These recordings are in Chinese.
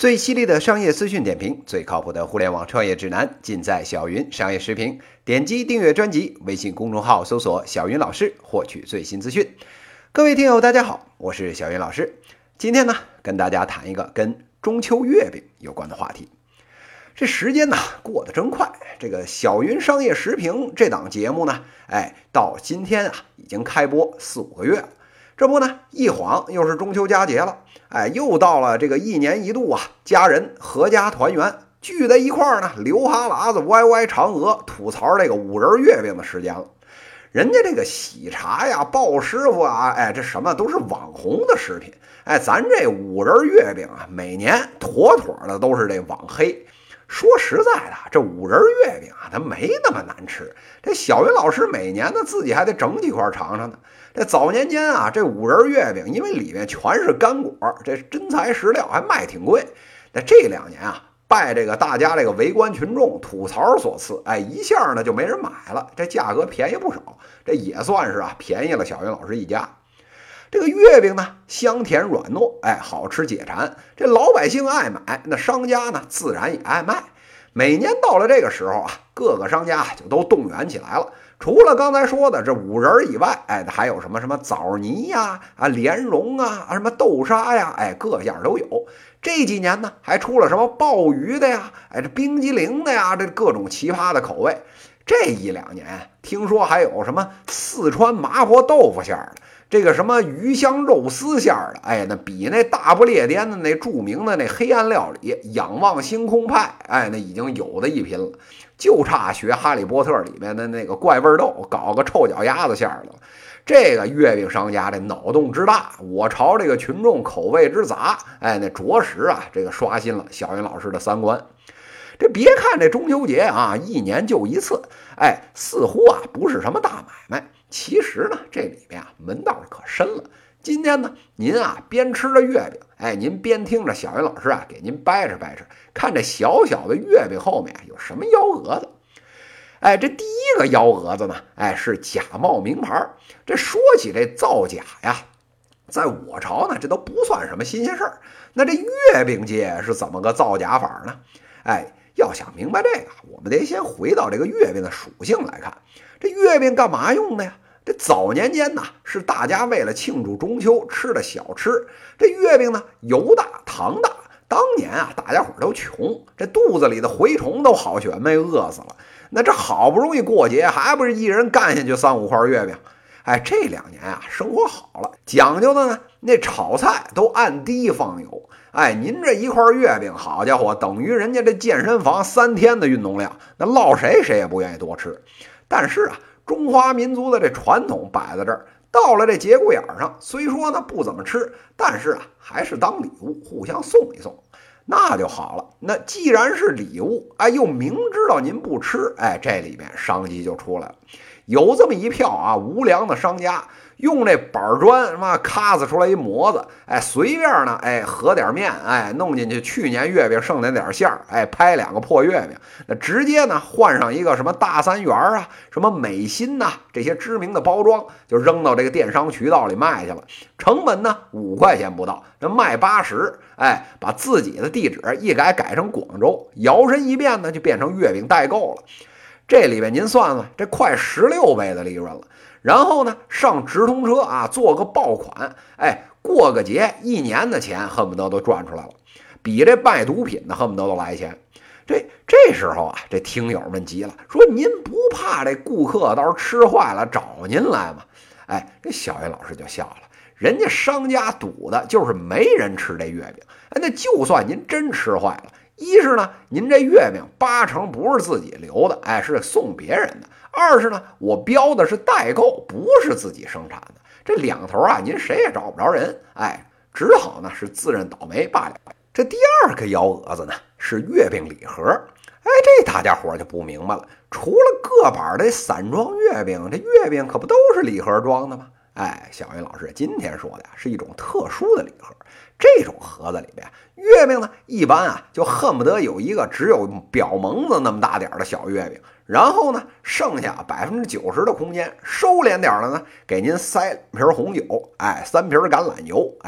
最犀利的商业资讯点评，最靠谱的互联网创业指南，尽在小云商业时评。点击订阅专辑，微信公众号搜索小云老师，获取最新资讯。各位听友大家好，我是小云老师。今天呢，跟大家谈一个跟中秋月饼有关的话题。这时间呢过得真快，这个小云商业时评这档节目呢，到今天啊已经开播4-5个月了。这不呢，一晃又是中秋佳节了，又到了这个1年1度啊，家人合家团圆聚在一块儿呢，流哈喇子、歪歪嫦娥，吐槽这个五仁月饼的时间了。人家这个喜茶呀、鲍师傅啊，这什么都是网红的食品，咱这五仁月饼啊，每年妥妥的都是这网黑。说实在的，这五仁月饼啊，它没那么难吃。这小云老师每年呢，自己还得整几块尝尝呢。这早年间啊，这五仁月饼因为里面全是干果，这真材实料，还卖挺贵。那这2年啊，拜这个大家这个围观群众吐槽所赐，一下呢就没人买了，这价格便宜不少，这也算是啊便宜了小云老师一家。这个月饼呢，香甜软糯，好吃解馋，这老百姓爱买，那商家呢自然也爱卖。每年到了这个时候啊，各个商家就都动员起来了。除了刚才说的这五仁以外，还有什么枣泥呀、莲蓉啊、什么豆沙呀，各样都有。这几年呢，还出了什么鲍鱼的呀，这冰激凌的呀，这各种奇葩的口味。这1-2年，听说还有什么四川麻婆豆腐馅儿的，这个什么鱼香肉丝馅儿的，那比那大不列颠的那著名的那黑暗料理仰望星空派，那已经有的一拼了，就差学哈利波特里面的那个怪味豆搞个臭脚丫子馅儿的了。这个月饼商家这脑洞之大，我朝这个群众口味之杂，那着实啊，这个刷新了小云老师的三观。这别看这中秋节啊，1年就一次，似乎啊不是什么大买卖，其实呢这里面啊门道可深了。今天呢，您啊边吃着月饼，您边听着小云老师啊给您掰扯掰扯，看这小小的月饼后面有什么幺蛾子。这第一个幺蛾子呢，是假冒名牌。这说起这造假呀，在我朝呢这都不算什么新鲜事儿。那这月饼界是怎么个造假法呢？要想明白这个，我们得先回到这个月饼的属性来看。这月饼干嘛用的呀？这早年间呢，是大家为了庆祝中秋吃的小吃。这月饼呢，油大糖大。当年啊，大家伙都穷，这肚子里的蛔虫都好选没饿死了。那这好不容易过节，还不是一人干下去3-5块月饼？这2年啊，生活好了，讲究的呢，那炒菜都按滴放油。您这一块月饼，好家伙，等于人家这健身房3天的运动量，那落谁也不愿意多吃。但是啊，中华民族的这传统摆在这儿，到了这节骨眼上，虽说呢不怎么吃，但是啊，还是当礼物互相送一送，那就好了。那既然是礼物，又明知道您不吃，这里面商机就出来了。有这么一票啊无良的商家，用这板砖什么咔子出来一模子，随便呢和点面，弄进去去年月饼剩那点馅儿，拍2个破月饼，那直接呢换上一个什么大三元啊、什么美心呐、这些知名的包装，就扔到这个电商渠道里卖去了。成本呢5块钱不到，那卖80，把自己的地址一改成广州，摇身一变呢就变成月饼代购了。这里面您算算，这快16倍的利润了。然后呢，上直通车啊，做个爆款，过个节1年的钱恨不得都赚出来了，比这卖毒品的恨不得都来钱。这时候啊，这听友们急了，说您不怕这顾客到时候吃坏了找您来吗？这小云老师就笑了，人家商家赌的就是没人吃这月饼，那就算您真吃坏了，一是呢，您这月饼80%不是自己留的，是送别人的；二是呢，我标的是代购，不是自己生产的。这两头啊，您谁也找不着人，只好呢是自认倒霉罢了。这第2个幺蛾子呢，是月饼礼盒。这大家伙就不明白了，除了个板的散装月饼，这月饼可不都是礼盒装的吗？小云老师今天说的呀，是一种特殊的礼盒。这种盒子里边，月饼呢一般啊就恨不得有一个只有表蒙子那么大点的小月饼，然后呢剩下90%的空间，收敛点了呢，给您塞瓶红酒，3瓶橄榄油，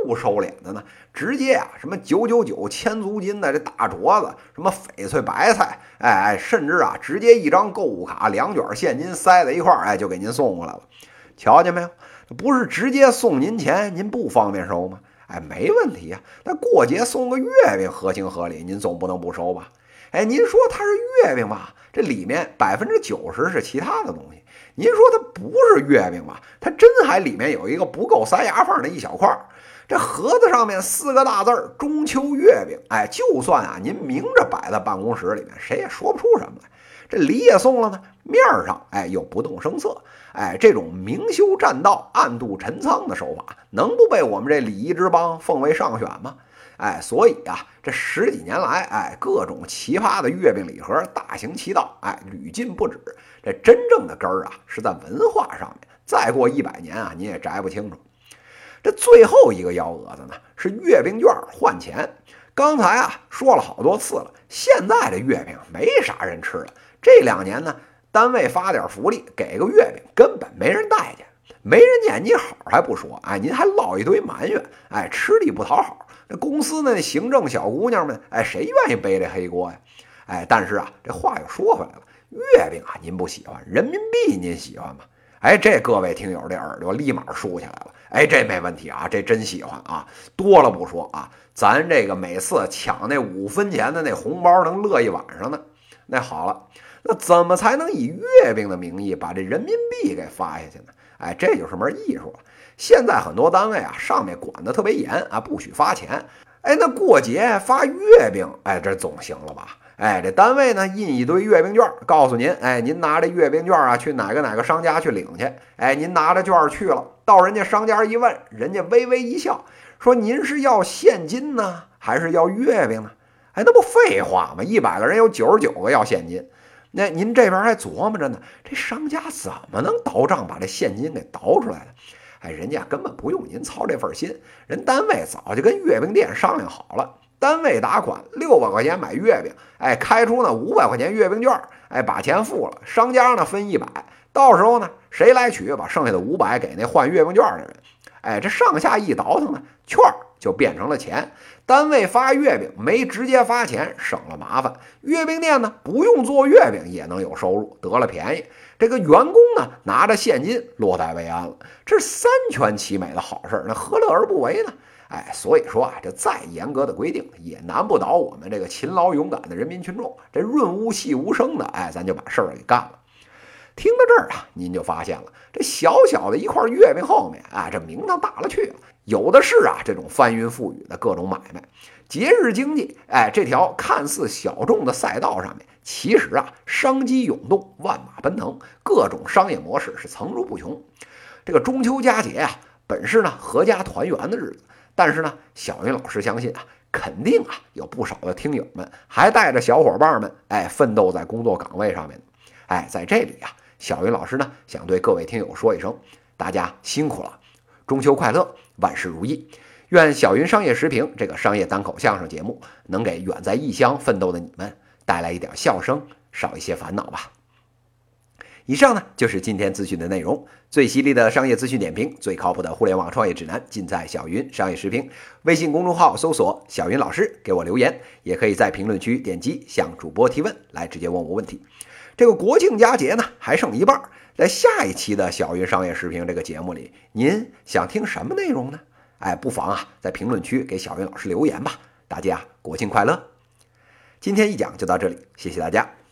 不收敛的呢？直接啊，什么999千足金的这大镯子，什么翡翠白菜，甚至啊，直接一张购物卡2卷现金塞在一块儿，就给您送过来了。瞧见没有？不是直接送您钱，您不方便收吗？没问题啊。那过节送个月饼合情合理，您总不能不收吧？您说它是月饼吧？这里面90%是其他的东西。您说它不是月饼吧？它真还里面有一个不够塞牙缝的一小块。这盒子上面4个大字“中秋月饼”，就算啊您明着摆在办公室里面，谁也说不出什么来。这礼也送了呢，面上又不动声色，这种明修栈道、暗度陈仓的手法，能不被我们这礼仪之邦奉为上选吗？所以啊，这10几年来，各种奇葩的月饼礼盒大行其道，屡禁不止。这真正的根儿啊，是在文化上面。再过100年啊，你也摘不清楚。这最后一个幺蛾子呢，是月饼券换钱。刚才啊说了好多次了，现在这月饼没啥人吃了。这2年呢，单位发点福利，给个月饼，根本没人待见，没人见你好还不说，您还落一堆埋怨，吃力不讨好。那公司那行政小姑娘们，谁愿意背这黑锅呀？但是啊，这话又说回来了，月饼啊您不喜欢，人民币您喜欢吗？这各位听友这耳朵立马竖起来了。这没问题啊，这真喜欢啊，多了不说啊，咱这个每次抢那5分钱的那红包能乐一晚上呢。那好了，那怎么才能以月饼的名义把这人民币给发下去呢？这就是门艺术了。现在很多单位啊，上面管得特别严啊，不许发钱。那过节发月饼，这总行了吧？这单位呢印一堆月饼券，告诉您，您拿着月饼券啊去哪个商家去领去。您拿着券去了，到人家商家一问，人家微微一笑，说您是要现金呢，还是要月饼呢？那不废话吗？100个人有99个要现金。那您这边还琢磨着呢，这商家怎么能倒账把这现金给倒出来呢？人家根本不用您操这份心，人单位早就跟月饼店商量好了，单位打款600块钱买月饼，开出呢500块钱月饼券，把钱付了，商家呢分100，到时候呢谁来取，把剩下的500给那换月饼券的人。这上下一倒腾呢，券就变成了钱。单位发月饼没直接发钱，省了麻烦；月饼店呢不用做月饼也能有收入，得了便宜。这个员工呢拿着现金落袋为安了，这是3全其美的好事，那何乐而不为呢？所以说啊，这再严格的规定也难不倒我们这个勤劳勇敢的人民群众，这润物细无声的，咱就把事儿给干了。听到这儿啊，您就发现了，这小小的一块月饼后面这名堂大了去了，有的是啊这种翻云覆雨的各种买卖。节日经济，这条看似小众的赛道上面，其实啊商机涌动，万马奔腾，各种商业模式是层出不穷。这个中秋佳节啊，本是呢阖家团圆的日子，但是呢，小云老师相信啊，肯定啊有不少的听友们还带着小伙伴们奋斗在工作岗位上面。在这里啊，小云老师呢想对各位听友说一声，大家辛苦了，中秋快乐，万事如意。愿小云商业时评这个商业单口相声节目能给远在异乡奋斗的你们带来一点笑声，少一些烦恼吧。以上呢就是今天资讯的内容，最犀利的商业资讯点评，最靠谱的互联网创业指南，尽在小云商业时评。微信公众号搜索小云老师，给我留言，也可以在评论区点击向主播提问，来直接问我问题。这个国庆佳节呢还剩一半，在下一期的小云商业时评这个节目里，您想听什么内容呢？不妨啊在评论区给小云老师留言吧。大家国庆快乐！今天一讲就到这里，谢谢大家。